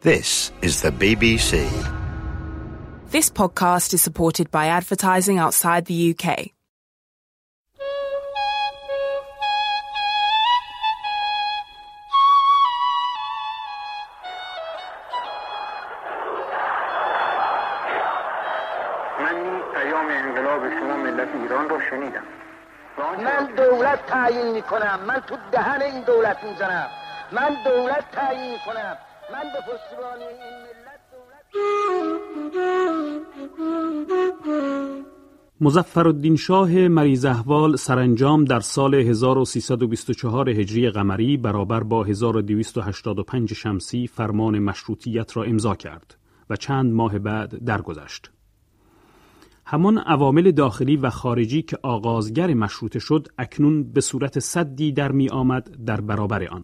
This is the BBC. This podcast is supported by advertising outside the UK. من دولت تعیین میکنم، من تو دهن این دولت میزنم، من دولت تعیین میکنم، من به پشتیبانی این ملت دولت. مظفرالدین شاه مریزاحوال سرانجام در سال 1324 هجری قمری برابر با 1285 شمسی فرمان مشروطیت را امضا کرد و چند ماه بعد درگذشت. همان عوامل داخلی و خارجی که آغازگر مشروطه شد اکنون به صورت سدی در می آمد در برابر آن.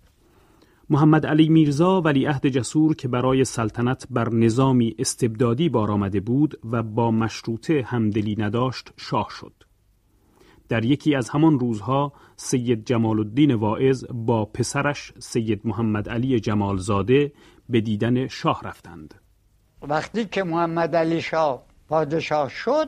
محمد علی میرزا ولیعهد جسور که برای سلطنت بر نظامی استبدادی بار آمده بود و با مشروطه همدلی نداشت شاه شد. در یکی از همان روزها سید جمال الدین واعظ با پسرش سید محمد علی جمالزاده به دیدن شاه رفتند. وقتی که محمد علی شاه پادشاه شد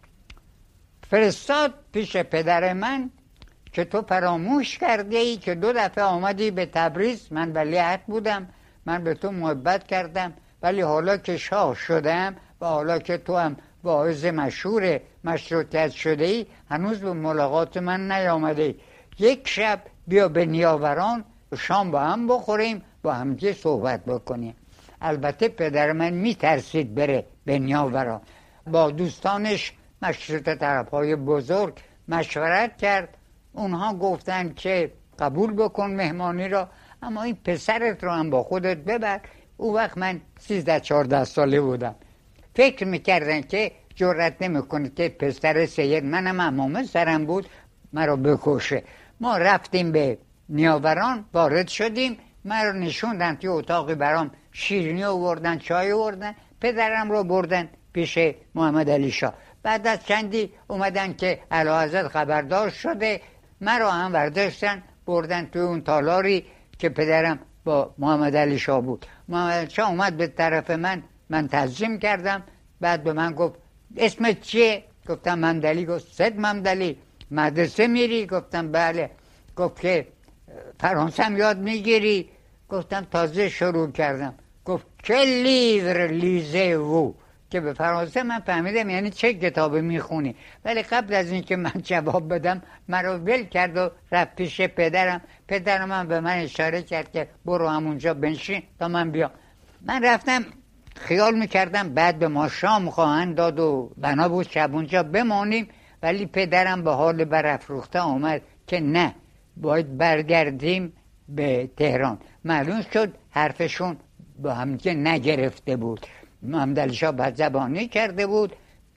فرستاد پیش پدر من که تو فراموش کرده ای که 2 دفعه آمدی به تبریز، من ولیعهد بودم، من به تو محبت کردم، ولی حالا که شاه شدم و حالا که تو هم واعظ مشهور مشروطیت شده ای هنوز به ملاقات من نیامده ای. یک شب بیا به نیاوران شام با هم بخوریم، با همدیگه صحبت بکنیم. البته پدر من میترسید بره به نیاوران. با دوستانش مشروطه طرفهای بزرگ مشورت کرد. اونها گفتن که قبول بکن مهمانی را، اما این پسرت رو هم با خودت ببر. اون وقت من 13-14 ساله بودم. فکر میکردن که جرأت نمیکنه که پسر سید، منم عمامه سرم بود، مرا بکشه. ما رفتیم به نیاوران، وارد شدیم، مرا نشوندن توی اتاقی، برام شیرینی آوردن، چای آوردن، پدرم رو بردن پیش محمد علی شاه. بعد از چندی اومدن که اعلیحضرت خبردار شده، مرا هم برداشتن بردن توی اون تالاری که پدرم با محمد علی شاه بود. محمد علی شاه اومد به طرف من تعظیم کردم. بعد به من گفت اسمت چیه؟ گفتم ممدلی. گفت سید ممدلی، مدرسه میری؟ گفتم بله. گفت که فرانسه هم یاد میگیری؟ گفتم تازه شروع کردم. گفت که لیور لیزه وو، که به فرانسه من فهمیدم یعنی چه کتابی میخونی، ولی قبل از این که من جواب بدم مرا ول کرد و رفت پیش پدرم. پدرم هم به من اشاره کرد که برو همونجا بنشین تا من بیام. من رفتم، خیال میکردم بعد به ما شام خواهند داد و بنا بود شب اونجا بمانیم، ولی پدرم به حال برافروخته آمد که نه، باید برگردیم به تهران. معلوم شد حرفشون با هم که نگرفته بود. محمد علی شاه بدزبانی کرده بود.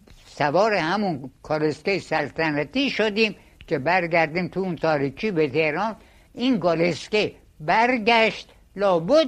سوار همون کالسکه سلطنتی شدیم که برگردیم تو اون تاریکی به تهران. این کالسکه برگشت لابد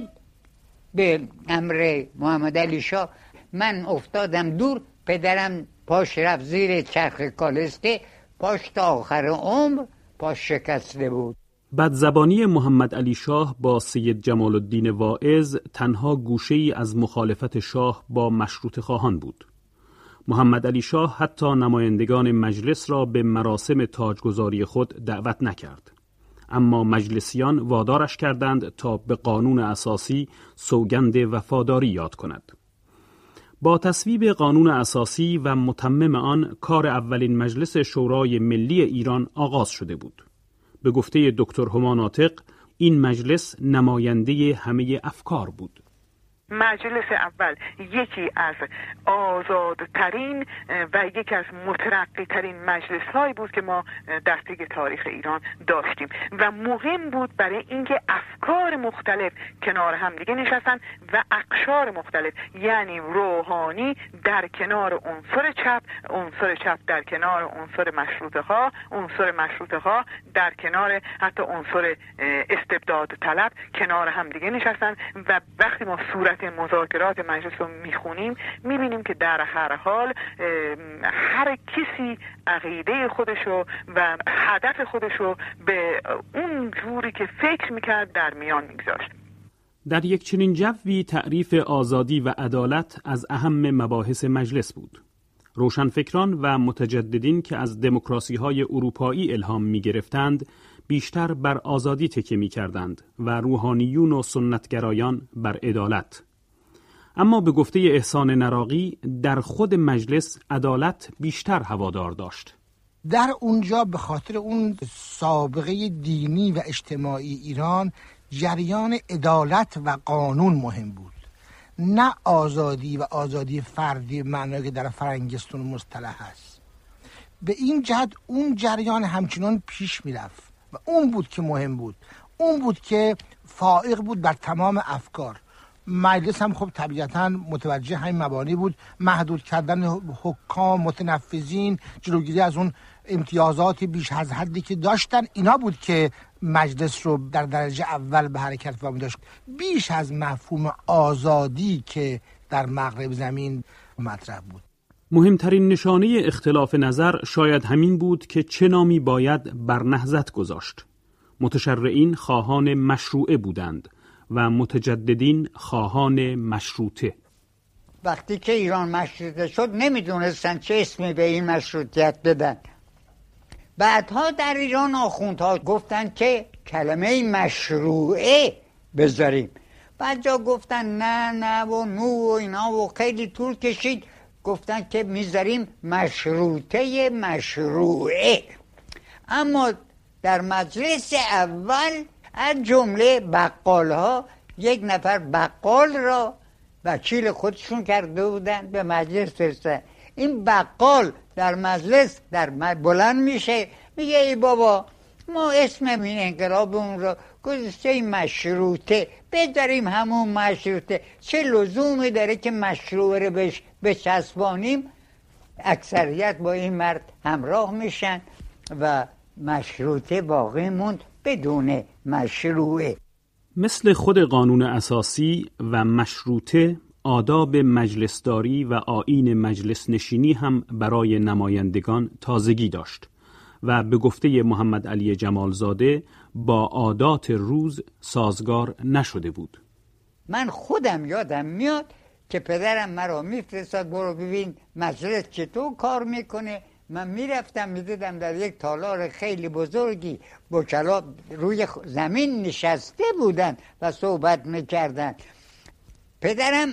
به امر محمد علی شاه. من افتادم دور، پدرم پاش رفت زیر چرخ کالسکه، پاش تا آخر عمر پاش شکسته بود. بدزبانی محمد علی شاه با سید جمال الدین واعظ تنها گوشه‌ای از مخالفت شاه با مشروطه خواهان بود. محمد علی شاه حتی نمایندگان مجلس را به مراسم تاجگذاری خود دعوت نکرد. اما مجلسیان وادارش کردند تا به قانون اساسی سوگند وفاداری یاد کند. با تصویب قانون اساسی و متمم آن کار اولین مجلس شورای ملی ایران آغاز شده بود. به گفته دکتر هما ناطق این مجلس نماینده همه افکار بود. مجلس اول یکی از آزادترین و یکی از مترقی‌ترین مجلس‌هایی بود که ما در طی تاریخ ایران داشتیم و مهم بود برای اینکه افکار مختلف کنار هم دیگه نشستن و اقشار مختلف، یعنی روحانی در کنار عنصر چپ در کنار عنصر مشروطه ها در کنار حتی عنصر استبداد طلب کنار هم دیگه نشستن. و وقتی ما صورت مذاکرات مجلس رو میخونیم میبینیم که در هر حال هر کسی عقیده خودشو و هدف خودشو به اون جوری که فکر میکرد در میان میگذاشت. در یک چنین جوی تعریف آزادی و عدالت از اهم مباحث مجلس بود. روشنفکران و متجددین که از دموکراسی‌های اروپایی الهام می‌گرفتند، بیشتر بر آزادی تکیه می‌کردند و روحانیون و سنتگرایان بر عدالت. اما به گفته احسان نراقی، در خود مجلس عدالت بیشتر هوادار داشت. در اونجا به خاطر اون سابقه دینی و اجتماعی ایران، جریان عدالت و قانون مهم بود، نه آزادی و آزادی فردی معنایی که در فرنگستون مصطلح هست. به این جهت اون جریان همچنان پیش میرفت و اون بود که مهم بود، اون بود که فائق بود بر تمام افکار. مجلس هم خب طبیعتاً متوجه همین مبانی بود، محدود کردن حکام، متنفذین، جلوگیری از اون امتیازات بیش از حدی که داشتن. اینا بود که مجلس رو در درجه اول به حرکت وامی داشت، بیش از مفهوم آزادی که در مغرب زمین مطرح بود. مهمترین نشانه اختلاف نظر شاید همین بود که چه نامی باید بر نهضت گذاشت. متشرعین خواهان مشروعه بودند و متجددین خواهان مشروطه. وقتی که ایران مشروطه شد نمیدونستن چه اسمی به این مشروطیت بدن. بعدها در ایران آخوندها گفتن که کلمه مشروعه بذاریم، بعد جا گفتن نه و نو و اینا و خیلی طول کشید، گفتن که میذاریم مشروطه مشروعه. اما در مجلس اول از جمله بقال ها یک نفر بقال را وکیل خودشون کرده بودن، به مجلس فرستادن. این بقال در مجلس بلند میشه، میگه ای بابا ما اسم این انقلابمون رو گذاشته مشروطه، بذاریم همون مشروطه، چه لزومی داره که مشروع رو بهش بچسبانیم؟ اکثریت با این مرد همراه میشن و مشروطه باقی موند بدون مشروعه. مثل خود قانون اساسی و مشروطه، آداب مجلسداری و آیین مجلس نشینی هم برای نمایندگان تازگی داشت و به گفته محمد علی جمالزاده با عادات روز سازگار نشده بود. من خودم یادم میاد که پدرم مرا میفرستاد برو ببین مجلس چطور کار میکنه. من میرفتم میدیدم در یک تالار خیلی بزرگی وکلا روی زمین نشسته بودن و صحبت میکردن. پدرم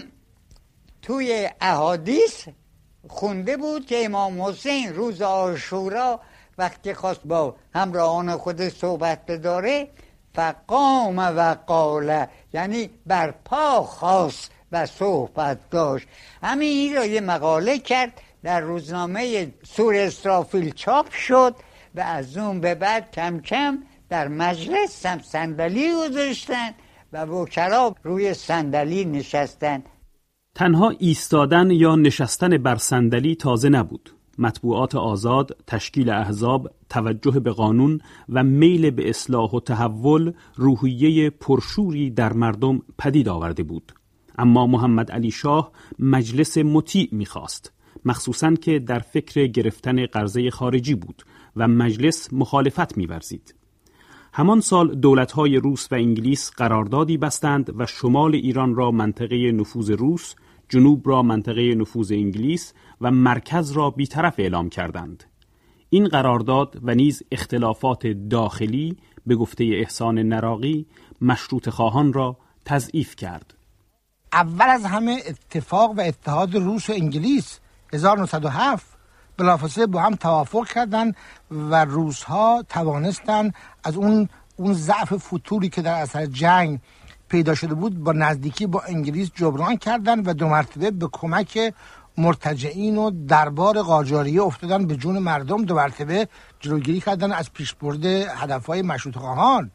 توی احادیث خونده بود که امام حسین روز عاشورا وقتی خواست با همراهان خود صحبت بداره، فقام و قال، یعنی برپا خواست و صحبت داشت. همین این را یه مقاله کرد، در روزنامه سور اسرافیل چاپ شد و از اون به بعد کم کم در مجلس هم صندلی گذاشتن و وکلا روی صندلی نشستن. تنها ایستادن یا نشستن بر صندلی تازه نبود. مطبوعات آزاد، تشکیل احزاب، توجه به قانون و میل به اصلاح و تحول روحیه پرشوری در مردم پدید آورده بود. اما محمد علی شاه مجلس مطیع می‌خواست، مخصوصاً که در فکر گرفتن قرضه خارجی بود و مجلس مخالفت می‌ورزید. همان سال دولت‌های روس و انگلیس قراردادی بستند و شمال ایران را منطقه نفوذ روس، جنوب را منطقه نفوذ انگلیس و مرکز را بی‌طرف اعلام کردند. این قرارداد و نیز اختلافات داخلی به گفته احسان نراقی مشروطه خواهان را تضعیف کرد. اول از همه اتفاق و اتحاد روس و انگلیس 1907 بلافاصله با هم توافق کردند و روس‌ها توانستند از اون ضعف فتوری که در اثر جنگ پیدا شده بود با نزدیکی با انگلیس جبران کردند و 2 مرتبه به کمک مرتجعین و دربار قاجاریه افتادن به جون مردم، 2 مرتبه جلوگیری کردن از پیشبرد هدفهای مشروطه خواهان.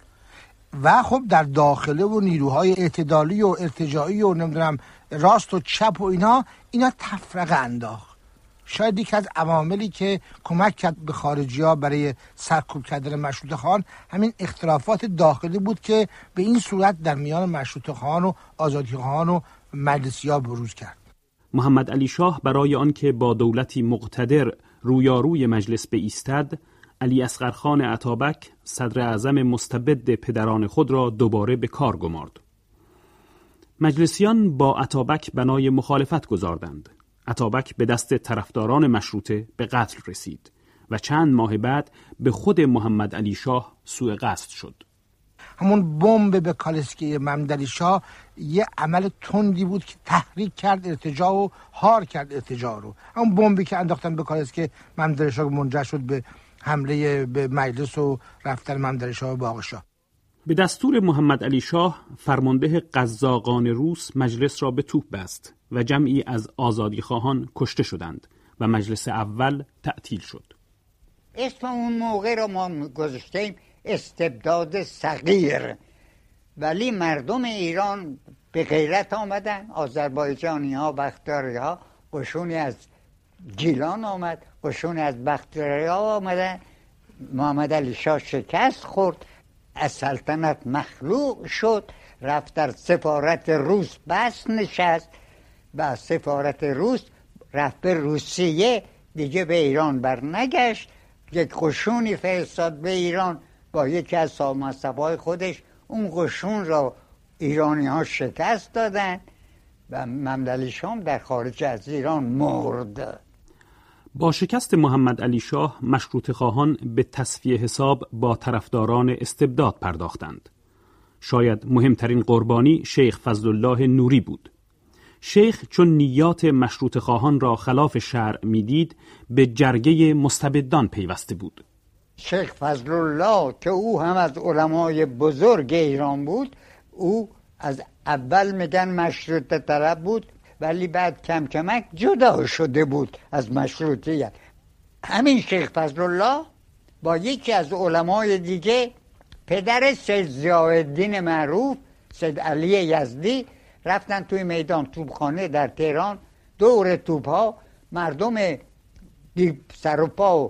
و خب در داخله و نیروهای اعتدالی و ارتجاعی و نمیدونم راست و چپ و اینا تفرقه انداخت. شاید یکی از عواملی که کمک کرد به خارجی‌ها برای سرکوب کردن مشروطه خواهان همین اختلافات داخلی بود که به این صورت در میان مشروطه خواهان و آزادی خواهان و مجلسی‌ها بروز کرد. محمد علی شاه برای آنکه با دولتی مقتدر رویاروی مجلس بایستد، علی اصغرخان اتابک صدر اعظم مستبد پدران خود را دوباره به کار گمارد. مجلسیان با اتابک بنای مخالفت گذاردند. اتابک به دست طرفداران مشروطه به قتل رسید و چند ماه بعد به خود محمد علی شاه سوء قصد شد. همون بمب به کالسکه محمد علی شاه یه عمل تندی بود که تحریک کرد ارتجاع و هار کرد ارتجاع رو. همون بمبی که انداختن به کالسکه محمد علی شاه منجر شد به حمله به مجلس و رفتن محمد علی شاه به باغ شاه. به دستور محمد علی شاه فرمانده قزاقان روس مجلس را به توپ بست و جمعی از آزادیخواهان کشته شدند و مجلس اول تعطیل شد. اسم اون موقع را ما گذاشتیم استبداد صغیر، ولی مردم ایران به غیرت آمدن. آذربایجانی ها، بختیاری ها، قشونی از گیلان آمد، قشونی از بختیاری ها آمدن. محمد علی شاه شکست خورد، از سلطنت مخلوع شد، رفت در سفارت روس بس نشست و سفارت روس رفت به روسیه، دیگه به ایران برنگشت. یک قشونی فرستاد به ایران با یکی از مذهب‌های خودش، اون قشون را ایرانی ها شکست دادن و محمد علی شاه در خارج از ایران مرد. با شکست محمد علی شاه مشروطه خواهان به تصفیه حساب با طرفداران استبداد پرداختند. شاید مهمترین قربانی شیخ فضلالله نوری بود. شیخ چون نیات مشروطه خواهان را خلاف شرع میدید به جرگه مستبدان پیوسته بود. شیخ فضلالله که او هم از علمای بزرگ ایران بود، او از اول میگن مشروطه طلب بود ولی بعد کم کمک جدا شده بود از مشروطیت. همین شیخ فضلالله با یکی از علمای دیگه، پدر سید ضیاءالدین معروف، سید علی یزدی، رفتن توی میدان توپخانه در تهران، دور توپها مردم سر و پا و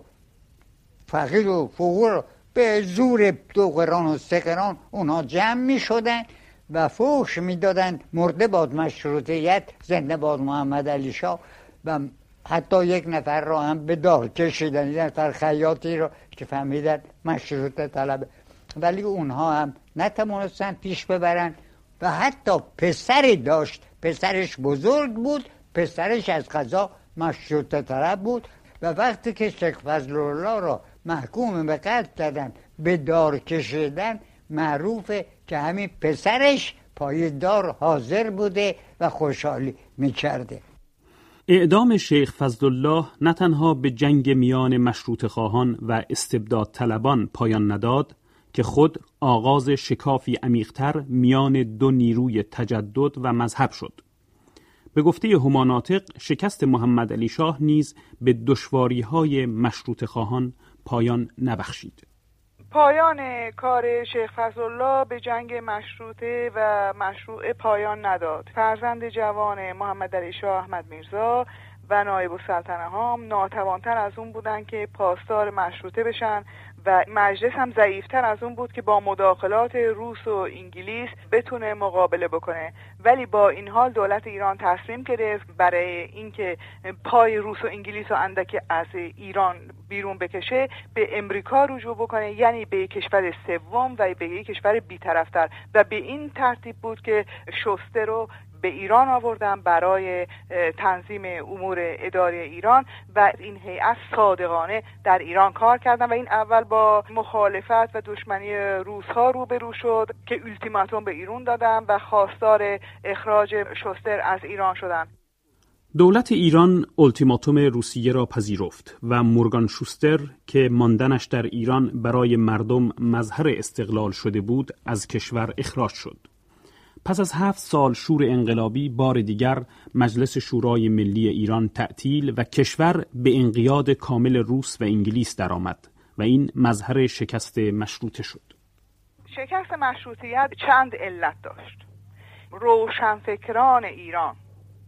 فقیر و فقیر به زور 2 قران و 3 قران اونها جمع می شدن و فحش می دادن مرده باد مشروطیت، زنده باد محمد علی شاه. و حتی یک نفر را هم به دار کشیدن، یک نفر خیاطی را که فهمیدن مشروطه طلب، ولی اونها هم نتوانستن پیش ببرن. و حتی پسری داشت، پسرش بزرگ بود، پسرش از قضا مشروطه طلب بود و وقتی که شیخ فضلالله را محکوم به قتل کردن، به دار کشیدن، معروفه که همین پسرش پای دار حاضر بوده و خوشحالی میکرده. اعدام شیخ فضلالله نه تنها به جنگ میان مشروطه خواهان و استبداد طلبان پایان نداد که خود آغاز شکافی عمیق‌تر میان 2 نیروی تجدد و مذهب شد. به گفته هماناطق شکست محمد علی شاه نیز به دشواری‌های مشروطه خواهان پایان نبخشید. پایان کار شیخ فضلالله به جنگ مشروطه و مشروع پایان نداد. فرزند جوان محمد علی شاه احمد میرزا و نایب السلطنه ها ناتوانتر از اون بودن که پاسدار مشروطه بشن و مجلس هم ضعیفتر از اون بود که با مداخلات روس و انگلیس بتونه مقابله بکنه. ولی با این حال دولت ایران تصمیم گرفت برای اینکه پای روس و انگلیس رو اندک از ایران بیرون بکشه به امریکا رجوع بکنه، یعنی به کشور سوم و به یک کشور بی‌طرف‌تر، و به این ترتیب بود که شوستر رو به ایران آوردن برای تنظیم امور اداری ایران و این هیئت صادقانه در ایران کار کردن و این اول با مخالفت و دشمنی روس‌ها روبرو شد که اولتیماتوم به ایران دادن و خواستار اخراج شوستر از ایران شدن. دولت ایران اولتیماتوم روسیه را پذیرفت و مورگان شوستر که ماندنش در ایران برای مردم مظهر استقلال شده بود از کشور اخراج شد. پس از 7 سال شور انقلابی بار دیگر مجلس شورای ملی ایران تعطیل و کشور به انقیاد کامل روس و انگلیس درآمد و این مظهر شکست مشروطه شد. شکست مشروطیت چند علت داشت. روشنفکران ایران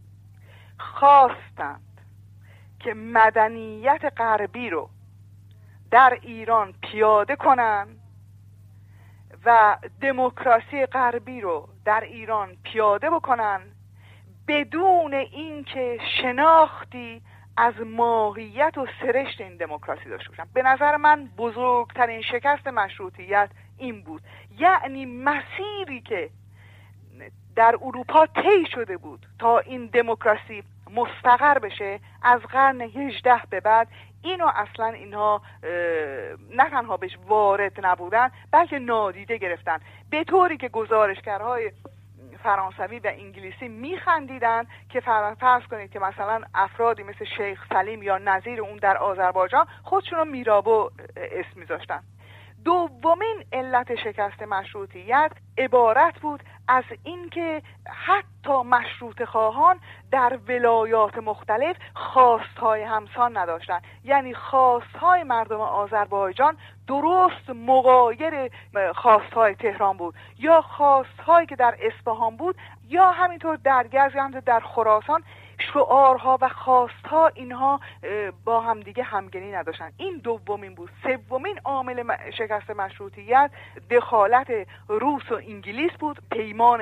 خواستند که مدنیت غربی رو در ایران پیاده کنند و دموکراسی غربی رو در ایران پیاده بکنن بدون اینکه شناختی از ماهیت و سرشت این دموکراسی داشته باشن. به نظر من بزرگترین شکست مشروطیت این بود، یعنی مسیری که در اروپا طی شده بود تا این دموکراسی مستقر بشه از قرن 18 به بعد، اینو اصلا اینها نه تنها بهش وارد نبودن بلکه نادیده گرفتن، به طوری که گزارشگرهای فرانسوی و انگلیسی میخندیدن که فرض کنید که مثلا افرادی مثل شیخ سلیم یا نظیر اون در آذربایجان خودشون رو میرابو اسم میذاشتن. دومین علت شکست مشروطیت عبارت بود از اینکه حتی مشروطه خواهان در ولایات مختلف خواستهای همسان نداشتند. یعنی خواستهای مردم آذربایجان درست مغایر خواستهای تهران بود، یا خواستهایی که در اصفهان بود، یا همینطور در یزد یا در خراسان شعارها و خواستها اینها با هم دیگه همگنی نداشتن. این دومین بود. سومین عامل شکست مشروطیت دخالت روس و انگلیس بود. پیمان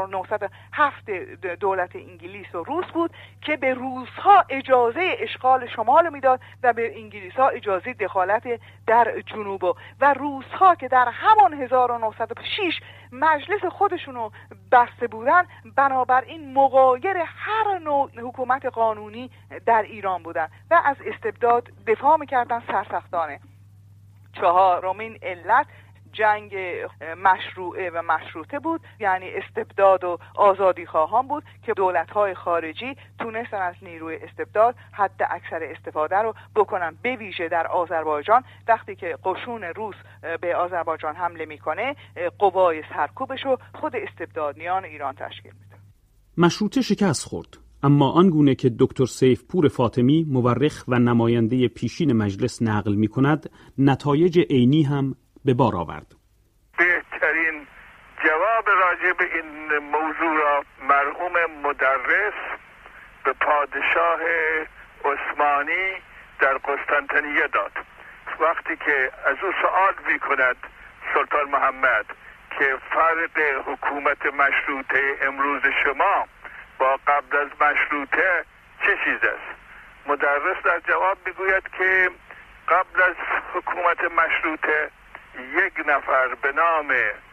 1907 دولت انگلیس و روس بود که به روس‌ها اجازه اشغال شمال میداد و به انگلیس‌ها اجازه دخالت در جنوب، و روس‌ها که در همان 1906 مجلس خودشونو بسته بودن، بنابراین مغایر هر نوع حکومت قانونی در ایران بودن و از استبداد دفاع میکردن سرسختانه. چهارمین علت جنگ مشروعه و مشروطه بود، یعنی استبداد و آزادی خواهان بود که دولت‌های خارجی تونستن از نیروی استبداد حد اکثر استفاده رو بکنن، به ویژه در آذربایجان. وقتی که قشون روس به آذربایجان حمله میکنه، قوای سرکوبش رو خود استبدادیان ایران تشکیل میده. مشروطه شکست خورد، اما آنگونه که دکتر سیفپور فاطمی مورخ و نماینده پیشین مجلس نقل می‌کند، نتایج عینی هم به بار آورد. بهترین جواب راجع به این موضوع را مرحوم مدرس به پادشاه عثمانی در قسطنطنیه داد. وقتی که از او سوال می‌کند سلطان محمد که فرق حکومت مشروطه امروز شما با قبل از مشروطه چه چیز است، مدرس در جواب میگوید که قبل از حکومت مشروطه یک نفر به نام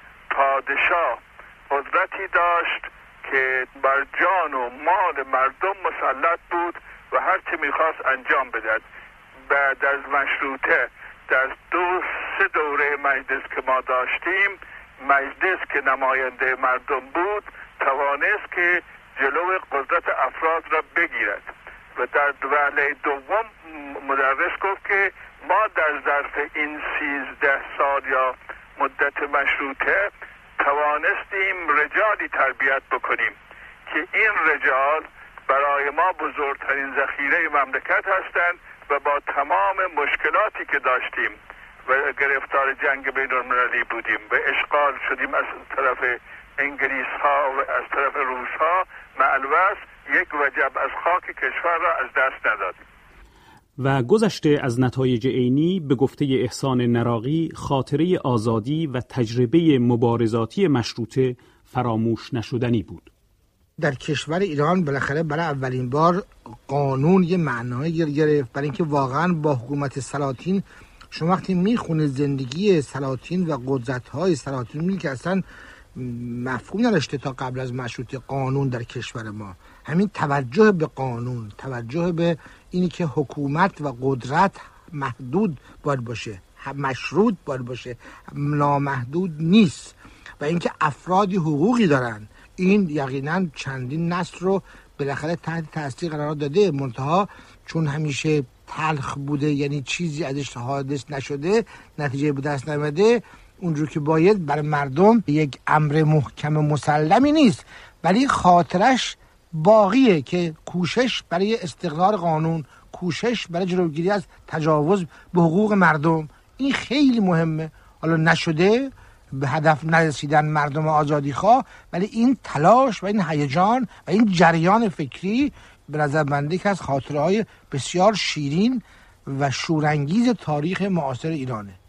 پادشاه قدرتی داشت که بر جان و مال مردم مسلط بود و هر چه میخواست انجام بدهد. بعد از مشروطه در 2-3 دوره مجلس که ما داشتیم، مجلس که نماینده مردم بود توانست که جلو قدرت افراد را بگیرد و در وهله دوم مدرس گفت که ما در ظرف این 13 سال یا مدت مشروطه توانستیم رجالی تربیت بکنیم که این رجال برای ما بزرگترین ذخیره مملکت هستند و با تمام مشکلاتی که داشتیم و گرفتار جنگ بین المللی بودیم و اشغال شدیم از طرف انگلیس ها و از طرف روس ها، معلوماً یک وجب از خاک کشور را از دست ندادیم. و گذشته از نتایج عینی، به گفته احسان نراقی، خاطره آزادی و تجربه مبارزاتی مشروطه فراموش نشدنی بود. در کشور ایران بالاخره برای اولین بار قانون یه معنایی گرفت، برای اینکه واقعا با حکومت سلاطین شما وقتی میخونه زندگی سلاطین و قدرت‌های سلاطین می‌بینید که اصلا مفهوم نداشته تا قبل از مشروطه قانون در کشور ما. همین توجه به قانون، توجه به اینی که حکومت و قدرت محدود باید باشه، مشروط باید باشه، نامحدود نیست، و اینکه افرادی حقوقی دارن، این یقینا چندین نسل رو بالاخره تحت تاثیر قرار داده. منتها چون همیشه تلخ بوده، یعنی چیزی ازش حادث نشده، نتیجه به دست نمیده، اونجور که باید برای مردم یک امر محکم مسلمی نیست، ولی خاطرش باقیه که کوشش برای استقرار قانون، کوشش برای جلوگیری از تجاوز به حقوق مردم، این خیلی مهمه. حالا نشده، به هدف نرسیدن مردم آزادی خواه، ولی این تلاش و این هیجان و این جریان فکری به نظر بنده که از خاطرهای بسیار شیرین و شورانگیز تاریخ معاصر ایرانه.